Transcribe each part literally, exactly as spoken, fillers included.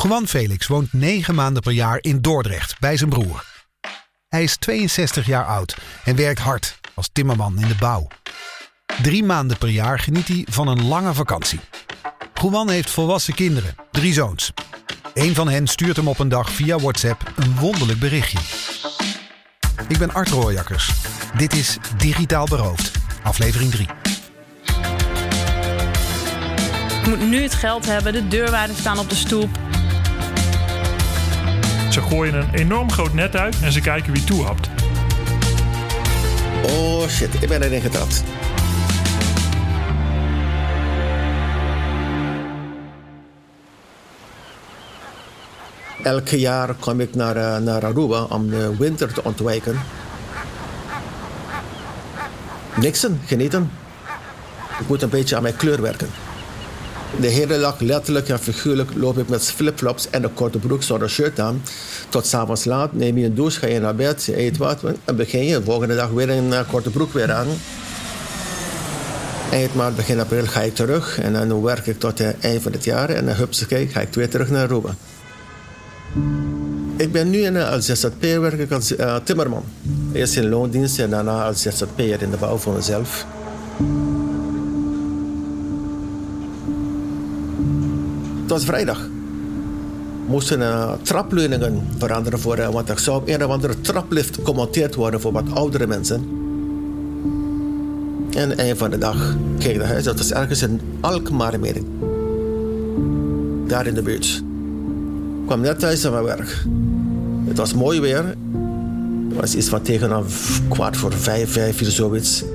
Juan Felix woont negen maanden per jaar in Dordrecht bij zijn broer. Hij is tweeënzestig jaar oud en werkt hard als timmerman in de bouw. Drie maanden per jaar geniet hij van een lange vakantie. Juan heeft volwassen kinderen, drie zoons. Eén van hen stuurt hem op een dag via WhatsApp een wonderlijk berichtje. Ik ben Art Rooijakkers. Dit is Digitaal Beroofd, aflevering drie. Ik moet nu het geld hebben, de deurwaarders staan op de stoep. Ze gooien een enorm groot net uit en ze kijken wie toehapt. Oh shit, ik ben erin getrapt. Elke jaar kom ik naar, uh, naar Aruba om de winter te ontwijken. Niksen, genieten. Ik moet een beetje aan mijn kleur werken. De hele dag, letterlijk en figuurlijk, loop ik met flipflops en een korte broek zonder shirt aan. Tot 's avonds laat, neem je een douche, ga je naar bed, je eet wat en begin je de volgende dag weer een uh, korte broek weer aan. Eind maart, begin april ga ik terug en dan werk ik tot het eind van het jaar en dan hupsakee, ga ik weer terug naar Aruba. Ik ben nu in, uh, als Z Z P'er werk ik als uh, timmerman. Eerst in loondienst en daarna als Z Z P'er in de bouw voor mezelf. Het was vrijdag. Moesten uh, trapleuningen veranderen voor, uh, want er zou op een of andere traplift gemonteerd worden voor wat oudere mensen. En eind van de dag keek ik naar huis. Dat was ergens in Alkmaar, meen ik. Daar in de buurt. Ik kwam net thuis aan mijn werk. Het was mooi weer. Het was iets van tegen een kwart voor vijf, vijf uur zoiets.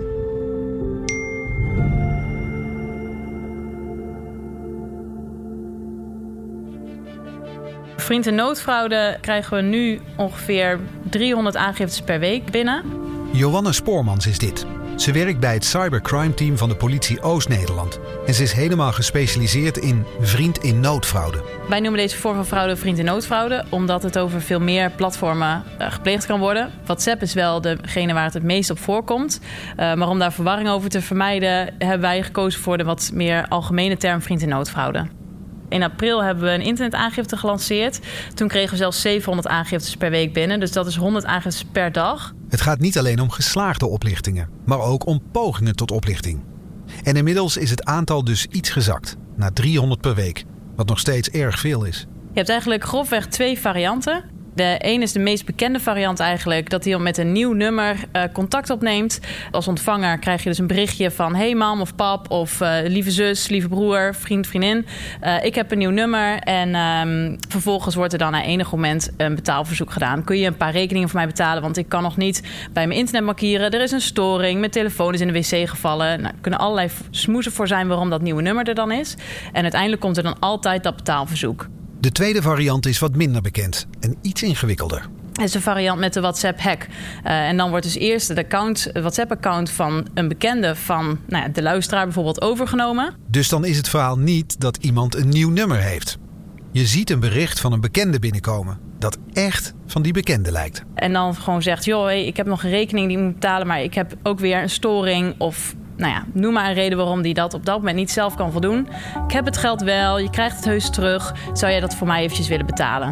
Vriend- en noodfraude krijgen we nu ongeveer driehonderd aangiftes per week binnen. Joanne Spoormans is dit. Ze werkt bij het cybercrime team van de politie Oost-Nederland. En ze is helemaal gespecialiseerd in vriend- in noodfraude. Wij noemen deze vorm van fraude vriend- en noodfraude, omdat het over veel meer platformen uh, gepleegd kan worden. WhatsApp is wel degene waar het het meest op voorkomt. Uh, maar om daar verwarring over te vermijden, hebben wij gekozen voor de wat meer algemene term vriend- en noodfraude. In april hebben we een internetaangifte gelanceerd. Toen kregen we zelfs zevenhonderd aangiftes per week binnen. Dus dat is honderd aangiftes per dag. Het gaat niet alleen om geslaagde oplichtingen, maar ook om pogingen tot oplichting. En inmiddels is het aantal dus iets gezakt, naar driehonderd per week. Wat nog steeds erg veel is. Je hebt eigenlijk grofweg twee varianten. De een is de meest bekende variant eigenlijk, dat hij met een nieuw nummer uh, contact opneemt. Als ontvanger krijg je dus een berichtje van hey mam of pap of uh, lieve zus, lieve broer, vriend, vriendin. Uh, ik heb een nieuw nummer en um, vervolgens wordt er dan na enig moment een betaalverzoek gedaan. Kun je een paar rekeningen voor mij betalen, want ik kan nog niet bij mijn internet markieren. Er is een storing, mijn telefoon is in de wc gevallen. Nou, er kunnen allerlei smoezen voor zijn waarom dat nieuwe nummer er dan is. En uiteindelijk komt er dan altijd dat betaalverzoek. De tweede variant is wat minder bekend en iets ingewikkelder. Het is een variant met de WhatsApp-hack. Uh, en dan wordt dus eerst het account, het WhatsApp-account van een bekende van nou ja, de luisteraar bijvoorbeeld overgenomen. Dus dan is het verhaal niet dat iemand een nieuw nummer heeft. Je ziet een bericht van een bekende binnenkomen dat echt van die bekende lijkt. En dan gewoon zegt, joh, hey, ik heb nog een rekening die ik moet betalen, maar ik heb ook weer een storing of... Nou ja, noem maar een reden waarom die dat op dat moment niet zelf kan voldoen. Ik heb het geld wel, je krijgt het heus terug. Zou jij dat voor mij eventjes willen betalen?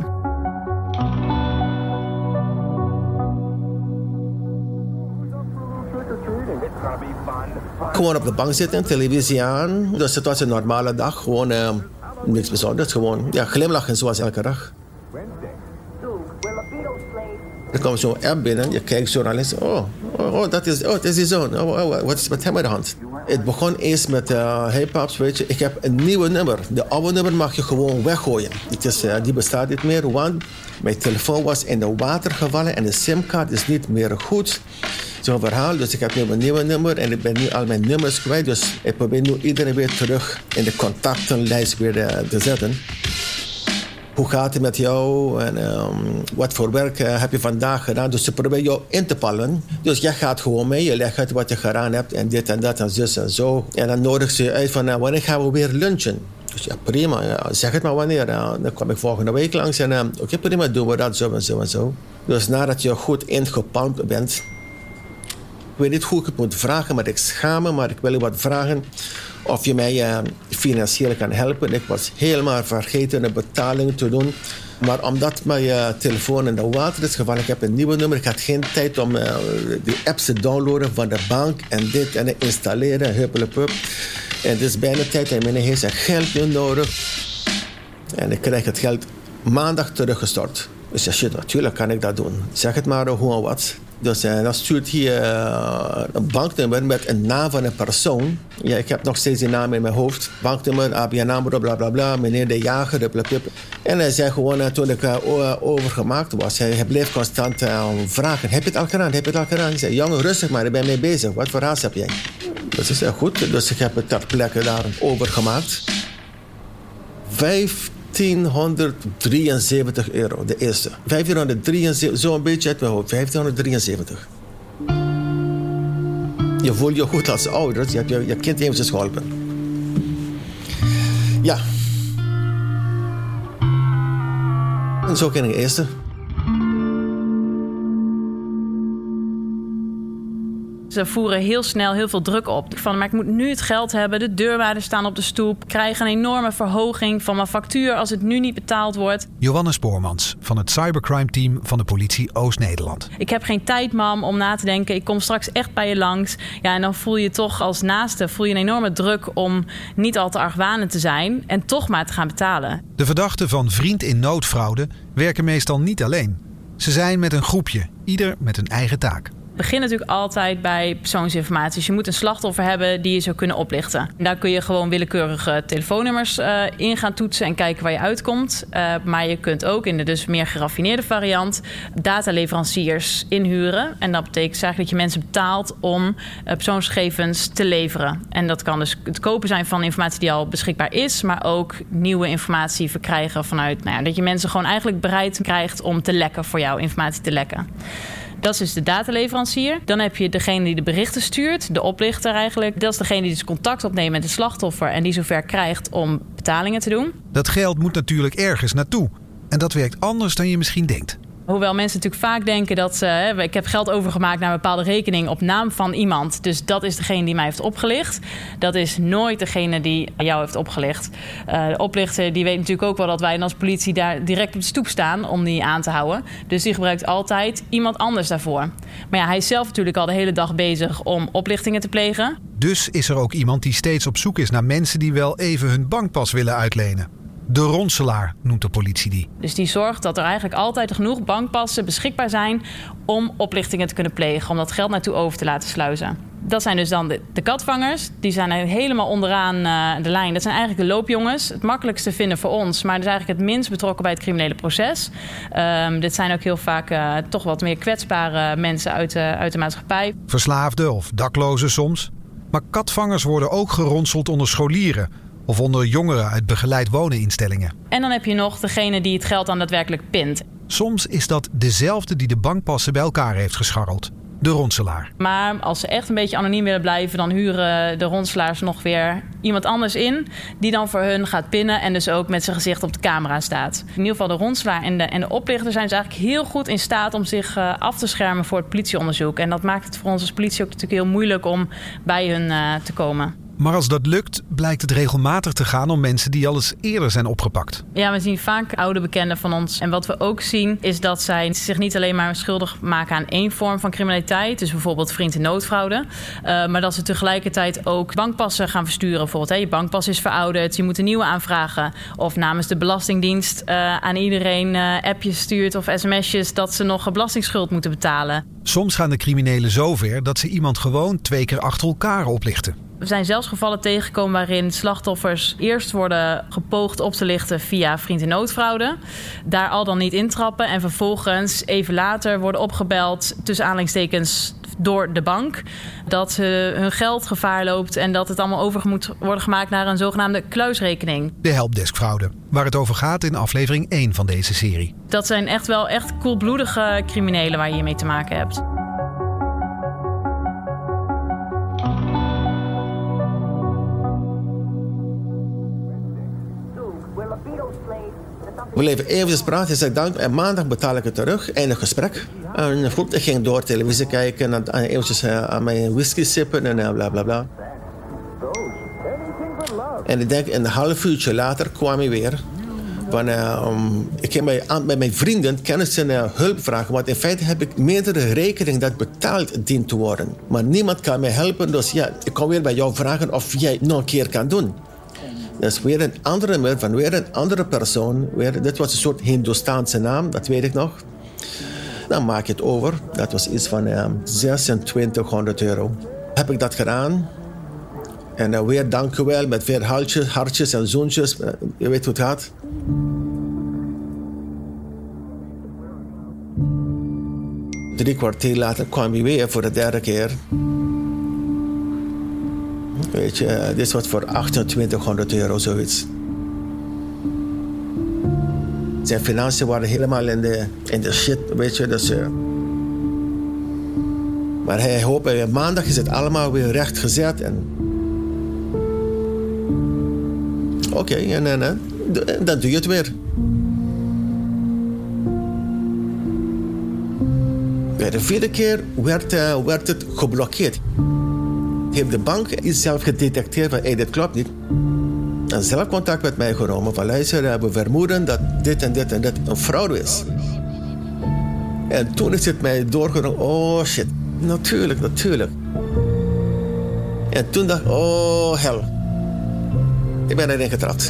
Gewoon op de bank zitten, televisie aan. Dus het was een normale dag. Gewoon uh, niks bijzonders. Gewoon ja, glimlachen zoals elke dag. Er komt zo'n app binnen, je kijkt zo naar links. Oh, oh, oh, dat is, oh, dat is die zoon. Oh, oh, wat is met hem aan de hand? Het begon eerst met, uh, hey paps, weet je, ik heb een nieuwe nummer. De oude nummer mag je gewoon weggooien. Het is, uh, die bestaat niet meer, want mijn telefoon was in de water gevallen en de simkaart is niet meer goed. Zo'n verhaal, dus ik heb nu een nieuwe nummer en ik ben nu al mijn nummers kwijt. Dus ik probeer nu iedereen weer terug in de contactenlijst weer uh, te zetten. Hoe gaat het met jou en um, wat voor werk uh, heb je vandaag gedaan? Dus ze proberen jou in te palmen. Dus jij gaat gewoon mee, je legt uit wat je gedaan hebt en dit en dat en zus en zo. En dan nodig ze je uit van uh, wanneer gaan we weer lunchen? Dus ja, prima, ja, zeg het maar wanneer. Uh, dan kom ik volgende week langs en uh, oké, okay, prima, doen we dat zo en zo en zo. Dus nadat je goed ingepalmd bent, ik weet niet hoe ik het moet vragen, maar ik schaam me, maar ik wil je wat vragen. of je mij uh, financieel kan helpen. Ik was helemaal vergeten de betalingen te doen. Maar omdat mijn uh, telefoon in de water is gevallen, ik heb een nieuwe nummer. Ik had geen tijd om uh, die apps te downloaden van de bank en dit en dat installeren. Huppelepup. En het is bijna tijd en meneer heeft zijn geld nu nodig. En ik krijg het geld maandag teruggestort. Dus ja, shit, natuurlijk kan ik dat doen. Zeg het maar hoe en wat. Dus uh, dan stuurt hij uh, een banknummer met een naam van een persoon. Ja, ik heb nog steeds die naam in mijn hoofd. Banknummer, A B N-nummer, bla bla bla, meneer De Jager, bla, bla, bla. En hij zei gewoon, uh, toen ik uh, overgemaakt was, hij, hij bleef constant uh, vragen, heb je het al gedaan, heb je het al gedaan? Ik zei, jongen, rustig maar, ik ben mee bezig. Wat voor haast heb jij? Dus ik zei, goed, dus ik heb het ter plekke daar overgemaakt. vijftienhonderddrieënzeventig euro, de eerste. vijftienhonderddrieënzeventig, zo'n beetje uit mijn hoofd. vijftienhonderddrieënzeventig. Je voelt je goed als ouder. Je hebt je, je kind eventjes geholpen. Ja. En zo ken ik de eerste. Ze voeren heel snel heel veel druk op. Van, maar ik moet nu het geld hebben. De deurwaarders staan op de stoep. Krijgen een enorme verhoging van mijn factuur als het nu niet betaald wordt. Johannes Spoormans van het cybercrime-team van de politie Oost-Nederland. Ik heb geen tijd, mam, om na te denken. Ik kom straks echt bij je langs. Ja, en dan voel je toch als naaste voel je een enorme druk om niet al te argwanend te zijn en toch maar te gaan betalen. De verdachten van vriend in noodfraude werken meestal niet alleen. Ze zijn met een groepje, ieder met een eigen taak. Het begint natuurlijk altijd bij persoonsinformatie. Dus je moet een slachtoffer hebben die je zou kunnen oplichten. En daar kun je gewoon willekeurige telefoonnummers uh, in gaan toetsen en kijken waar je uitkomt. Uh, maar je kunt ook in de dus meer geraffineerde variant dataleveranciers inhuren. En dat betekent eigenlijk dat je mensen betaalt om uh, persoonsgegevens te leveren. En dat kan dus het kopen zijn van informatie die al beschikbaar is, maar ook nieuwe informatie verkrijgen vanuit, nou ja, dat je mensen gewoon eigenlijk bereid krijgt om te lekken, voor jouw informatie te lekken. Dat is dus de dataleverancier. Dan heb je degene die de berichten stuurt, de oplichter eigenlijk. Dat is degene die dus contact opneemt met de slachtoffer en die zover krijgt om betalingen te doen. Dat geld moet natuurlijk ergens naartoe. En dat werkt anders dan je misschien denkt. Hoewel mensen natuurlijk vaak denken dat uh, ik heb geld overgemaakt naar een bepaalde rekening op naam van iemand. Dus dat is degene die mij heeft opgelicht. Dat is nooit degene die jou heeft opgelicht. Uh, de oplichter die weet natuurlijk ook wel dat wij als politie daar direct op de stoep staan om die aan te houden. Dus die gebruikt altijd iemand anders daarvoor. Maar ja, hij is zelf natuurlijk al de hele dag bezig om oplichtingen te plegen. Dus is er ook iemand die steeds op zoek is naar mensen die wel even hun bankpas willen uitlenen. De ronselaar noemt de politie die. Dus die zorgt dat er eigenlijk altijd genoeg bankpassen beschikbaar zijn om oplichtingen te kunnen plegen, om dat geld naartoe over te laten sluizen. Dat zijn dus dan de, de katvangers. Die zijn helemaal onderaan uh, de lijn. Dat zijn eigenlijk de loopjongens. Het makkelijkste vinden voor ons, maar dus eigenlijk het minst betrokken bij het criminele proces. Um, dit zijn ook heel vaak uh, toch wat meer kwetsbare mensen uit de, uit de maatschappij. Verslaafden of daklozen soms. Maar katvangers worden ook geronseld onder scholieren of onder jongeren uit begeleid woneninstellingen. En dan heb je nog degene die het geld dan daadwerkelijk pint. Soms is dat dezelfde die de bankpassen bij elkaar heeft gescharreld. De ronselaar. Maar als ze echt een beetje anoniem willen blijven, dan huren de ronselaars nog weer iemand anders in die dan voor hun gaat pinnen en dus ook met zijn gezicht op de camera staat. In ieder geval de ronselaar en de, en de oplichter zijn dus eigenlijk heel goed in staat om zich uh, af te schermen voor het politieonderzoek. En dat maakt het voor ons als politie ook natuurlijk heel moeilijk om bij hun uh, te komen. Maar als dat lukt, blijkt het regelmatig te gaan om mensen die al eens eerder zijn opgepakt. Ja, we zien vaak oude bekenden van ons. En wat we ook zien is dat zij zich niet alleen maar schuldig maken aan één vorm van criminaliteit. Dus bijvoorbeeld vriend in noodfraude. Uh, maar dat ze tegelijkertijd ook bankpassen gaan versturen. Bijvoorbeeld, hè, je bankpas is verouderd, je moet een nieuwe aanvragen. Of namens de Belastingdienst uh, aan iedereen uh, appjes stuurt of sms'jes dat ze nog een belastingsschuld moeten betalen. Soms gaan de criminelen zover dat ze iemand gewoon twee keer achter elkaar oplichten. We zijn zelfs gevallen tegengekomen waarin slachtoffers eerst worden gepoogd op te lichten via vriend in noodfraude. Daar al dan niet intrappen en vervolgens even later worden opgebeld tussen aanhalingstekens door de bank. Dat uh, hun geld gevaar loopt en dat het allemaal over moet worden gemaakt naar een zogenaamde kluisrekening. De helpdeskfraude, waar het over gaat in aflevering één van deze serie. Dat zijn echt wel echt koelbloedige criminelen waar je mee te maken hebt. We leven eventjes praten. Hij zei, dank. En maandag betaal ik het terug. Eindig gesprek. En goed, ik ging door televisie kijken. En eventjes uh, aan mijn whisky sippen en uh, bla bla bla. En ik denk een half uurtje later kwam hij weer. Van, uh, um, ik heb mij aan, met mijn vrienden kennissen uh, hulp vragen. Want in feite heb ik meerdere rekeningen dat betaald dient te worden. Maar niemand kan mij helpen. Dus ja, ik kom weer bij jou vragen of jij nog een keer kan doen. Dus weer een andere nummer van weer een andere persoon. Weer, dit was een soort Hindoestaanse naam, dat weet ik nog. Dan maak je het over. Dat was iets van uh, zesentwintighonderd euro. Heb ik dat gedaan. En uh, weer dank u wel met weer hartjes, hartjes en zoentjes. Uh, je weet hoe het gaat. Drie kwartier later kwam hij weer voor de derde keer. Weet je, uh, dit was voor achtentwintighonderd euro, zoiets. Zijn financiën waren helemaal in de, in de shit, weet je. Dus, uh, maar hij hoopt, uh, maandag is het allemaal weer rechtgezet. En Oké, okay, en, en, en dan doe je het weer. Bij de vierde keer werd, uh, werd het geblokkeerd. Heeft de bank iets zelf gedetecteerd van hey, dit klopt niet. En zelf contact met mij genomen van luister, we vermoeden dat dit en dit en dit een fraude is. En toen is het mij doorgenomen, oh shit, natuurlijk, natuurlijk. En toen dacht ik, oh hel. Ik ben erin getrapt.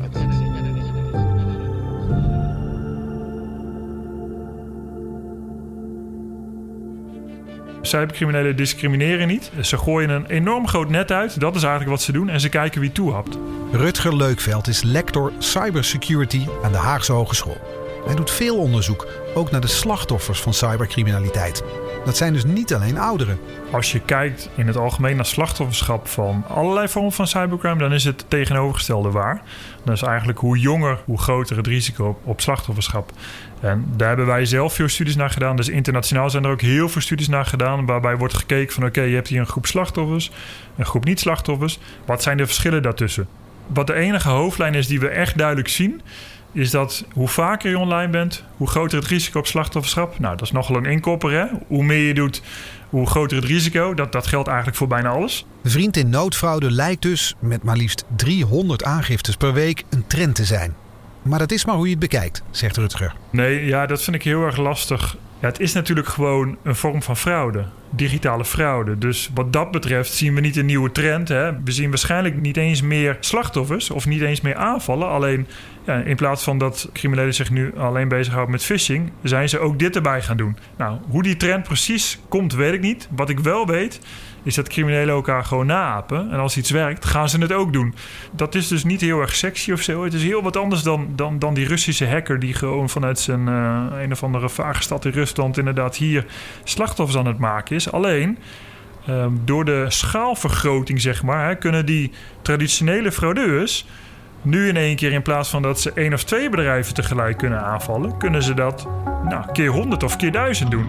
Cybercriminelen discrimineren niet. Ze gooien een enorm groot net uit. Dat is eigenlijk wat ze doen. En ze kijken wie toehapt. Rutger Leukveld is lector cybersecurity aan de Haagse Hogeschool. Hij doet veel onderzoek, ook naar de slachtoffers van cybercriminaliteit. Dat zijn dus niet alleen ouderen. Als je kijkt in het algemeen naar slachtofferschap van allerlei vormen van cybercrime, dan is het tegenovergestelde waar. Dat is eigenlijk hoe jonger, hoe groter het risico op, op slachtofferschap. En daar hebben wij zelf veel studies naar gedaan. Dus internationaal zijn er ook heel veel studies naar gedaan, waarbij wordt gekeken van oké, okay, je hebt hier een groep slachtoffers, een groep niet-slachtoffers. Wat zijn de verschillen daartussen? Wat de enige hoofdlijn is die we echt duidelijk zien, is dat hoe vaker je online bent, hoe groter het risico op slachtofferschap. Nou, dat is nogal een inkopper, hè? Hoe meer je doet, hoe groter het risico. Dat, dat geldt eigenlijk voor bijna alles. Vriend in noodfraude lijkt dus met maar liefst driehonderd aangiftes per week een trend te zijn. Maar dat is maar hoe je het bekijkt, zegt Rutger. Nee, ja, dat vind ik heel erg lastig. Ja, het is natuurlijk gewoon een vorm van fraude. Digitale fraude. Dus wat dat betreft zien we niet een nieuwe trend. Hè? We zien waarschijnlijk niet eens meer slachtoffers of niet eens meer aanvallen. Alleen ja, in plaats van dat criminelen zich nu alleen bezighouden met phishing, zijn ze ook dit erbij gaan doen. Nou, hoe die trend precies komt, weet ik niet. Wat ik wel weet, is dat criminelen elkaar gewoon naapen. En als iets werkt, gaan ze het ook doen. Dat is dus niet heel erg sexy of zo. Het is heel wat anders dan, dan, dan die Russische hacker die gewoon vanuit zijn uh, een of andere vage stad in Rusland inderdaad hier slachtoffers aan het maken is. Alleen, uh, door de schaalvergroting, zeg maar, hè, kunnen die traditionele fraudeurs nu in één keer, in plaats van dat ze één of twee bedrijven tegelijk kunnen aanvallen, kunnen ze dat nou, keer honderd of keer duizend doen.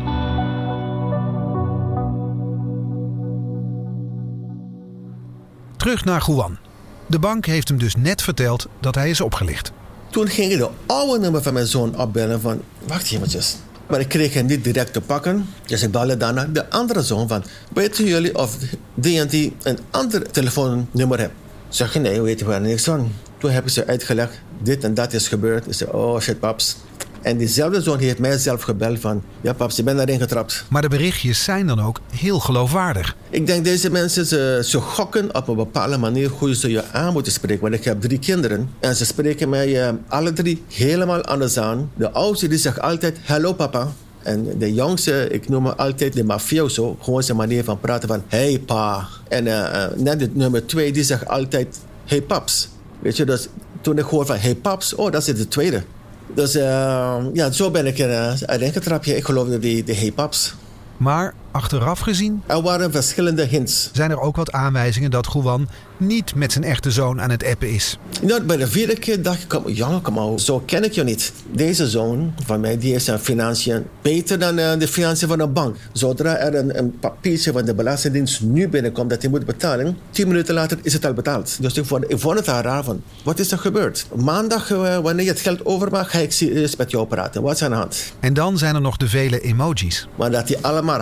Terug naar Juan. De bank heeft hem dus net verteld dat hij is opgelicht. Toen ging ik de oude nummer van mijn zoon opbellen van, wacht eventjes. Maar ik kreeg hem niet direct te pakken. Dus ik belde daarna de andere zoon van, weten jullie of die en die een ander telefoonnummer heeft? Zeg je, nee, weet je waar niks van. Toen hebben ze uitgelegd, dit en dat is gebeurd. Ik zei, oh shit, paps. En diezelfde zoon heeft mij zelf gebeld van, ja paps, je bent daarin getrapt. Maar de berichtjes zijn dan ook heel geloofwaardig. Ik denk deze mensen, ze, ze gokken op een bepaalde manier hoe ze je aan moeten spreken. Want ik heb drie kinderen en ze spreken mij uh, alle drie helemaal anders aan. De oudste die zegt altijd, hallo papa. En de jongste, ik noem hem altijd de mafioso. Gewoon zijn manier van praten van, hey pa. En uh, net de nummer twee, die zegt altijd, hey paps. Weet je, dus toen ik hoor van, hey paps, oh dat is de tweede. Dus uh, ja, zo ben ik uh, erin getrapt. Ik geloofde die, die hey paps. Maar achteraf gezien, er waren verschillende hints. Zijn er ook wat aanwijzingen dat Juan niet met zijn echte zoon aan het appen is? Nou, bij de vierde keer dacht ik, kom, jongen, kom op, zo ken ik je niet. Deze zoon van mij, die is zijn financiën beter dan uh, de financiën van een bank. Zodra er een, een papiertje van de Belastingdienst nu binnenkomt dat hij moet betalen, tien minuten later is het al betaald. Dus ik vond, ik vond het al raar van, wat is er gebeurd? Maandag, uh, wanneer je het geld overmaakt, ga ik serieus met jou praten. Wat is aan de hand? En dan zijn er nog de vele emojis. Maar dat hij allemaal hartjes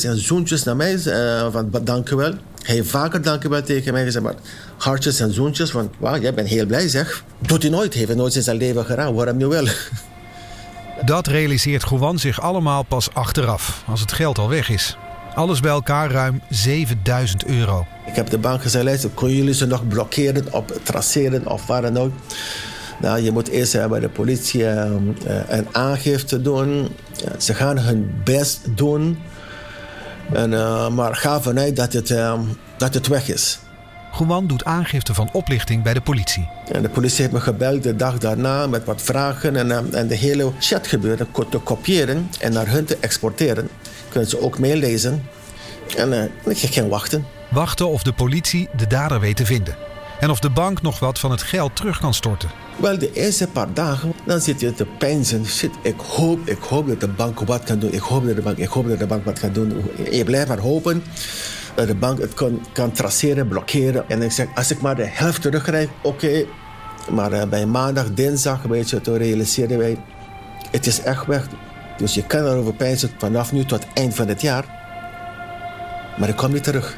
hartjes en zoentjes naar mij. Uh, van dank u wel. Hij heeft vaker dank u wel tegen mij gezegd. Maar hartjes en zoentjes. Want wauw, jij bent heel blij zeg. Doet hij nooit. Heeft hij nooit in zijn leven gedaan. Waarom nu wel? Dat realiseert Gouwan zich allemaal pas achteraf. Als het geld al weg is. Alles bij elkaar ruim zevenduizend euro. Ik heb de bank gezegd, luister, kunnen jullie ze nog blokkeren of traceren of waar dan ook? Nou, je moet eerst uh, bij de politie uh, uh, een aangifte doen. Uh, ze gaan hun best doen. En, uh, maar ga vanuit dat het, uh, dat het weg is. Gouwan doet aangifte van oplichting bij de politie. En de politie heeft me gebeld de dag daarna met wat vragen. En, uh, en de hele chat gebeurde te kopiëren en naar hun te exporteren. Kunnen ze ook meelezen. En uh, ik ging wachten. Wachten of de politie de dader weet te vinden. En of de bank nog wat van het geld terug kan storten. Wel, de eerste paar dagen, dan zit je te peinzen. Shit, ik hoop, ik hoop dat de bank wat kan doen. Ik hoop dat de bank, ik hoop dat de bank wat kan doen. Je blijft maar hopen dat de bank het kan, kan traceren, blokkeren. En ik zeg, als ik maar de helft terugkrijg, oké. Okay. Maar uh, bij maandag, dinsdag, weet je, toen realiseerden wij, het is echt weg. Dus je kan erover peinzen vanaf nu tot eind van het jaar. Maar ik kom niet terug.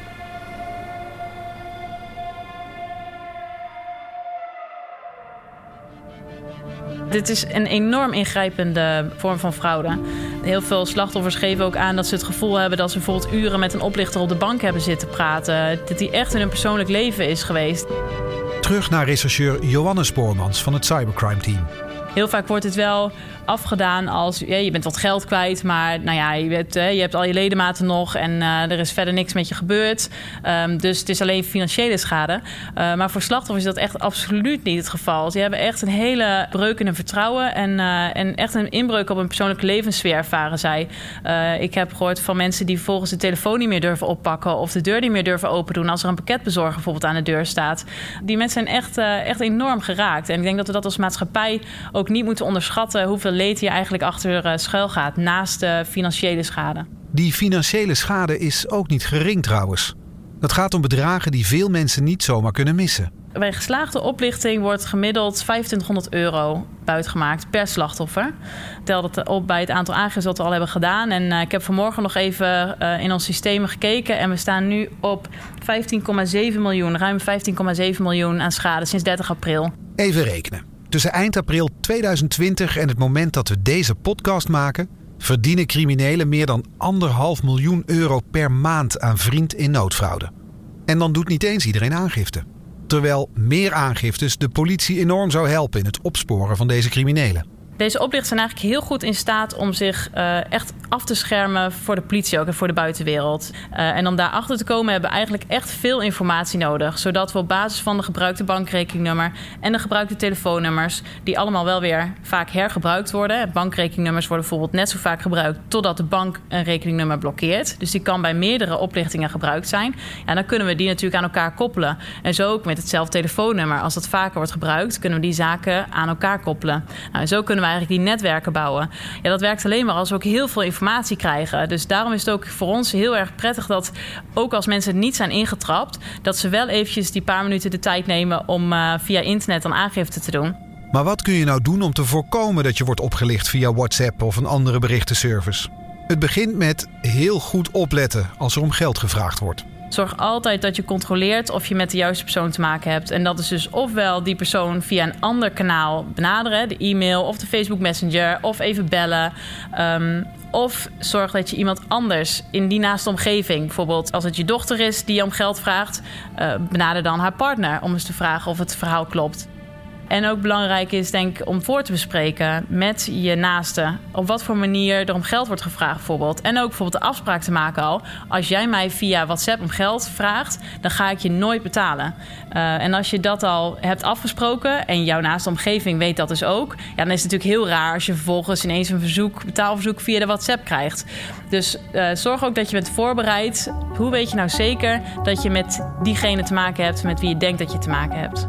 Dit is een enorm ingrijpende vorm van fraude. Heel veel slachtoffers geven ook aan dat ze het gevoel hebben dat ze bijvoorbeeld uren met een oplichter op de bank hebben zitten praten. Dat die echt in hun persoonlijk leven is geweest. Terug naar rechercheur Joanne Spoormans van het Cybercrime Team. Heel vaak wordt het wel afgedaan als ja, je bent wat geld kwijt, maar nou ja, je, hebt, je hebt al je ledematen nog en uh, er is verder niks met je gebeurd. Um, dus het is alleen financiële schade. Uh, maar voor slachtoffers is dat echt absoluut niet het geval. Ze hebben echt een hele breuk in hun vertrouwen en, uh, en echt een inbreuk op hun persoonlijke levenssfeer ervaren zij. Uh, ik heb gehoord van mensen die volgens de telefoon niet meer durven oppakken of de deur niet meer durven open doen als er een pakketbezorger bijvoorbeeld aan de deur staat. Die mensen zijn echt, uh, echt enorm geraakt. En ik denk dat we dat als maatschappij ook niet moeten onderschatten hoeveel leed hier eigenlijk achter uh, schuil gaat, naast de financiële schade. Die financiële schade is ook niet gering trouwens. Dat gaat om bedragen die veel mensen niet zomaar kunnen missen. Bij geslaagde oplichting wordt gemiddeld vijfentwintighonderd euro buitgemaakt per slachtoffer. Tel dat op bij het aantal aangiftes dat we al hebben gedaan. En uh, ik heb vanmorgen nog even uh, in ons systeem gekeken. En we staan nu op vijftien komma zeven miljoen, ruim vijftien komma zeven miljoen aan schade sinds dertig april. Even rekenen. Tussen eind april tweeduizend twintig en het moment dat we deze podcast maken, verdienen criminelen meer dan anderhalf miljoen euro per maand aan vriend in noodfraude. En dan doet niet eens iedereen aangifte. Terwijl meer aangiftes de politie enorm zou helpen in het opsporen van deze criminelen. Deze oplichters zijn eigenlijk heel goed in staat om zich uh, echt af te schermen voor de politie ook en voor de buitenwereld. Uh, en om daarachter te komen hebben we eigenlijk echt veel informatie nodig. Zodat we op basis van de gebruikte bankrekeningnummer en de gebruikte telefoonnummers, die allemaal wel weer vaak hergebruikt worden. Bankrekeningnummers worden bijvoorbeeld net zo vaak gebruikt totdat de bank een rekeningnummer blokkeert. Dus die kan bij meerdere oplichtingen gebruikt zijn. Ja, dan kunnen we die natuurlijk aan elkaar koppelen. En zo ook met hetzelfde telefoonnummer. Als dat vaker wordt gebruikt, kunnen we die zaken aan elkaar koppelen. Nou, en zo kunnen we eigenlijk die netwerken bouwen. Ja, dat werkt alleen maar als we ook heel veel informatie krijgen. Dus daarom is het ook voor ons heel erg prettig dat ook als mensen niet zijn ingetrapt, dat ze wel eventjes die paar minuten de tijd nemen om uh, via internet een aangifte te doen. Maar wat kun je nou doen om te voorkomen dat je wordt opgelicht via WhatsApp of een andere berichtenservice? Het begint met heel goed opletten als er om geld gevraagd wordt. Zorg altijd dat je controleert of je met de juiste persoon te maken hebt. En dat is dus ofwel die persoon via een ander kanaal benaderen, de e-mail of de Facebook Messenger, of even bellen. Um, of zorg dat je iemand anders in die naaste omgeving, bijvoorbeeld als het je dochter is die je om geld vraagt, uh, benader dan haar partner om eens te vragen of het verhaal klopt. En ook belangrijk is, denk ik, om voor te bespreken met je naaste op wat voor manier er om geld wordt gevraagd bijvoorbeeld. En ook bijvoorbeeld de afspraak te maken al. Als jij mij via WhatsApp om geld vraagt, dan ga ik je nooit betalen. Uh, en als je dat al hebt afgesproken en jouw naaste omgeving weet dat dus ook, ja, dan is het natuurlijk heel raar als je vervolgens ineens een verzoek, betaalverzoek via de WhatsApp krijgt. Dus uh, zorg ook dat je bent voorbereid. Hoe weet je nou zeker dat je met diegene te maken hebt met wie je denkt dat je te maken hebt?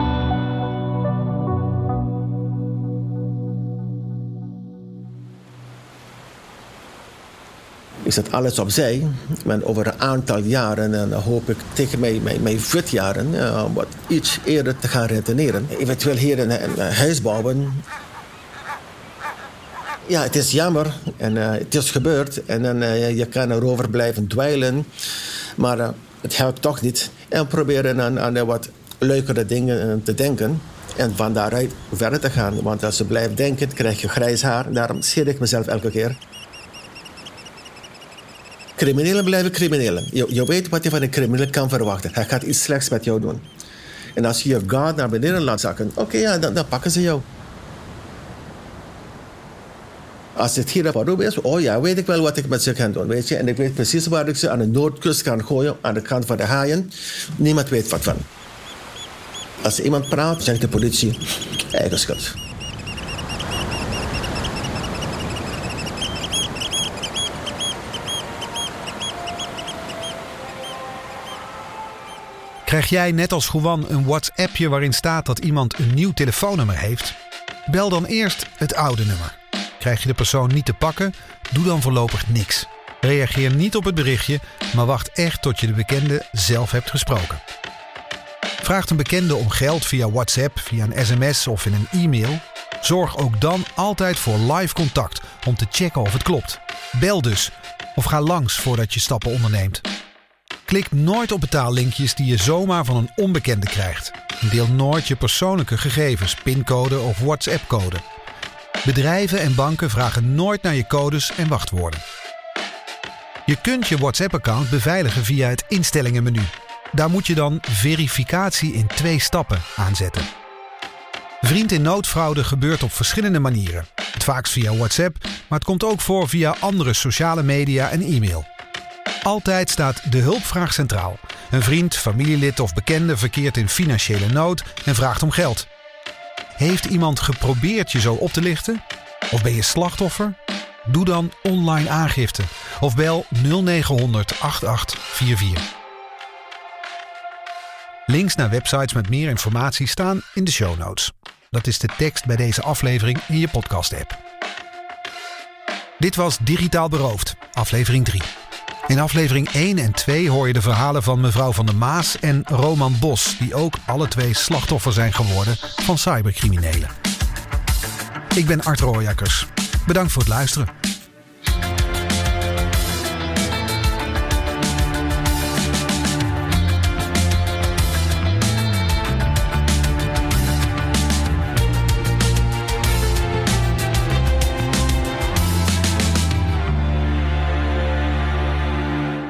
Ik zet alles opzij. En over een aantal jaren en dan hoop ik tegen mijn, mijn, mijn futjaren uh, wat iets eerder te gaan redeneren. Eventueel hier een, een huis bouwen. Ja, het is jammer en uh, het is gebeurd. En dan, uh, je kan erover blijven dweilen. Maar uh, het helpt toch niet. En proberen aan, aan wat leukere dingen uh, te denken. En van daaruit verder te gaan. Want als je blijft denken, krijg je grijs haar. Daarom scheer ik mezelf elke keer. Criminelen blijven criminelen. Je, je weet wat je van een crimineel kan verwachten. Hij gaat iets slechts met jou doen. En als je je guard naar beneden laat zakken... oké, okay, ja, dan, dan pakken ze jou. Als het hier op Aruba is, oh ja, weet ik wel wat ik met ze kan doen, weet je. En ik weet precies waar ik ze aan de noordkust kan gooien, aan de kant van de haaien. Niemand weet wat van. Als iemand praat, zegt de politie, eigen schuld. Krijg jij net als Juan een WhatsAppje waarin staat dat iemand een nieuw telefoonnummer heeft? Bel dan eerst het oude nummer. Krijg je de persoon niet te pakken? Doe dan voorlopig niks. Reageer niet op het berichtje, maar wacht echt tot je de bekende zelf hebt gesproken. Vraagt een bekende om geld via WhatsApp, via een sms of in een e-mail? Zorg ook dan altijd voor live contact om te checken of het klopt. Bel dus of ga langs voordat je stappen onderneemt. Klik nooit op betaallinkjes die je zomaar van een onbekende krijgt. Deel nooit je persoonlijke gegevens, pincode of WhatsApp-code. Bedrijven en banken vragen nooit naar je codes en wachtwoorden. Je kunt je WhatsApp-account beveiligen via het instellingenmenu. Daar moet je dan verificatie in twee stappen aanzetten. Vriend in noodfraude gebeurt op verschillende manieren. Het vaakst via WhatsApp, maar het komt ook voor via andere sociale media en e-mail. Altijd staat de hulpvraag centraal. Een vriend, familielid of bekende verkeert in financiële nood en vraagt om geld. Heeft iemand geprobeerd je zo op te lichten? Of ben je slachtoffer? Doe dan online aangifte of bel nul negen honderd achtentachtig vierentveertig. Links naar websites met meer informatie staan in de show notes. Dat is de tekst bij deze aflevering in je podcast-app. Dit was Digitaal Beroofd, aflevering drie. In aflevering één en twee hoor je de verhalen van mevrouw Van der Maas en Roman Bos, die ook alle twee slachtoffer zijn geworden van cybercriminelen. Ik ben Art Rooijakkers. Bedankt voor het luisteren.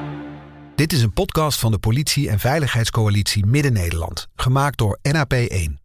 Dit is een podcast van de Politie- en Veiligheidscoalitie Midden-Nederland, gemaakt door N A P één.